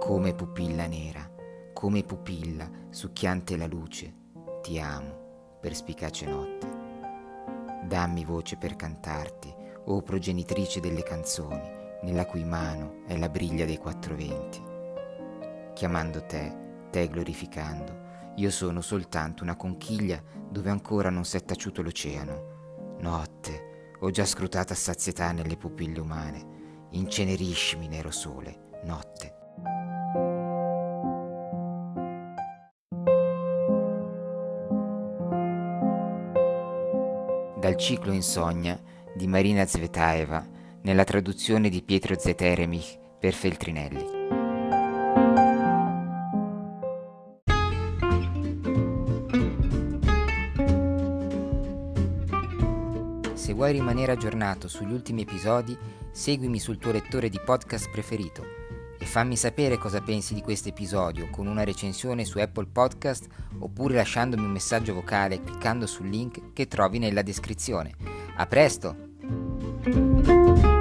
come pupilla nera, come pupilla succhiante la luce, ti amo, perspicace notte. Dammi voce per cantarti, o progenitrice delle canzoni, nella cui mano è la briglia dei 420. Chiamando te glorificando, io sono soltanto una conchiglia dove ancora non s'è taciuto l'oceano. Notte, ho già scrutata a sazietà nelle pupille umane, inceneriscimi nero sole, notte. Dal ciclo Insonnia di Marina Zvetaeva, nella traduzione di Pietro Zeteremich per Feltrinelli. Se vuoi rimanere aggiornato sugli ultimi episodi, seguimi sul tuo lettore di podcast preferito e fammi sapere cosa pensi di questo episodio con una recensione su Apple Podcast oppure lasciandomi un messaggio vocale cliccando sul link che trovi nella descrizione. A presto!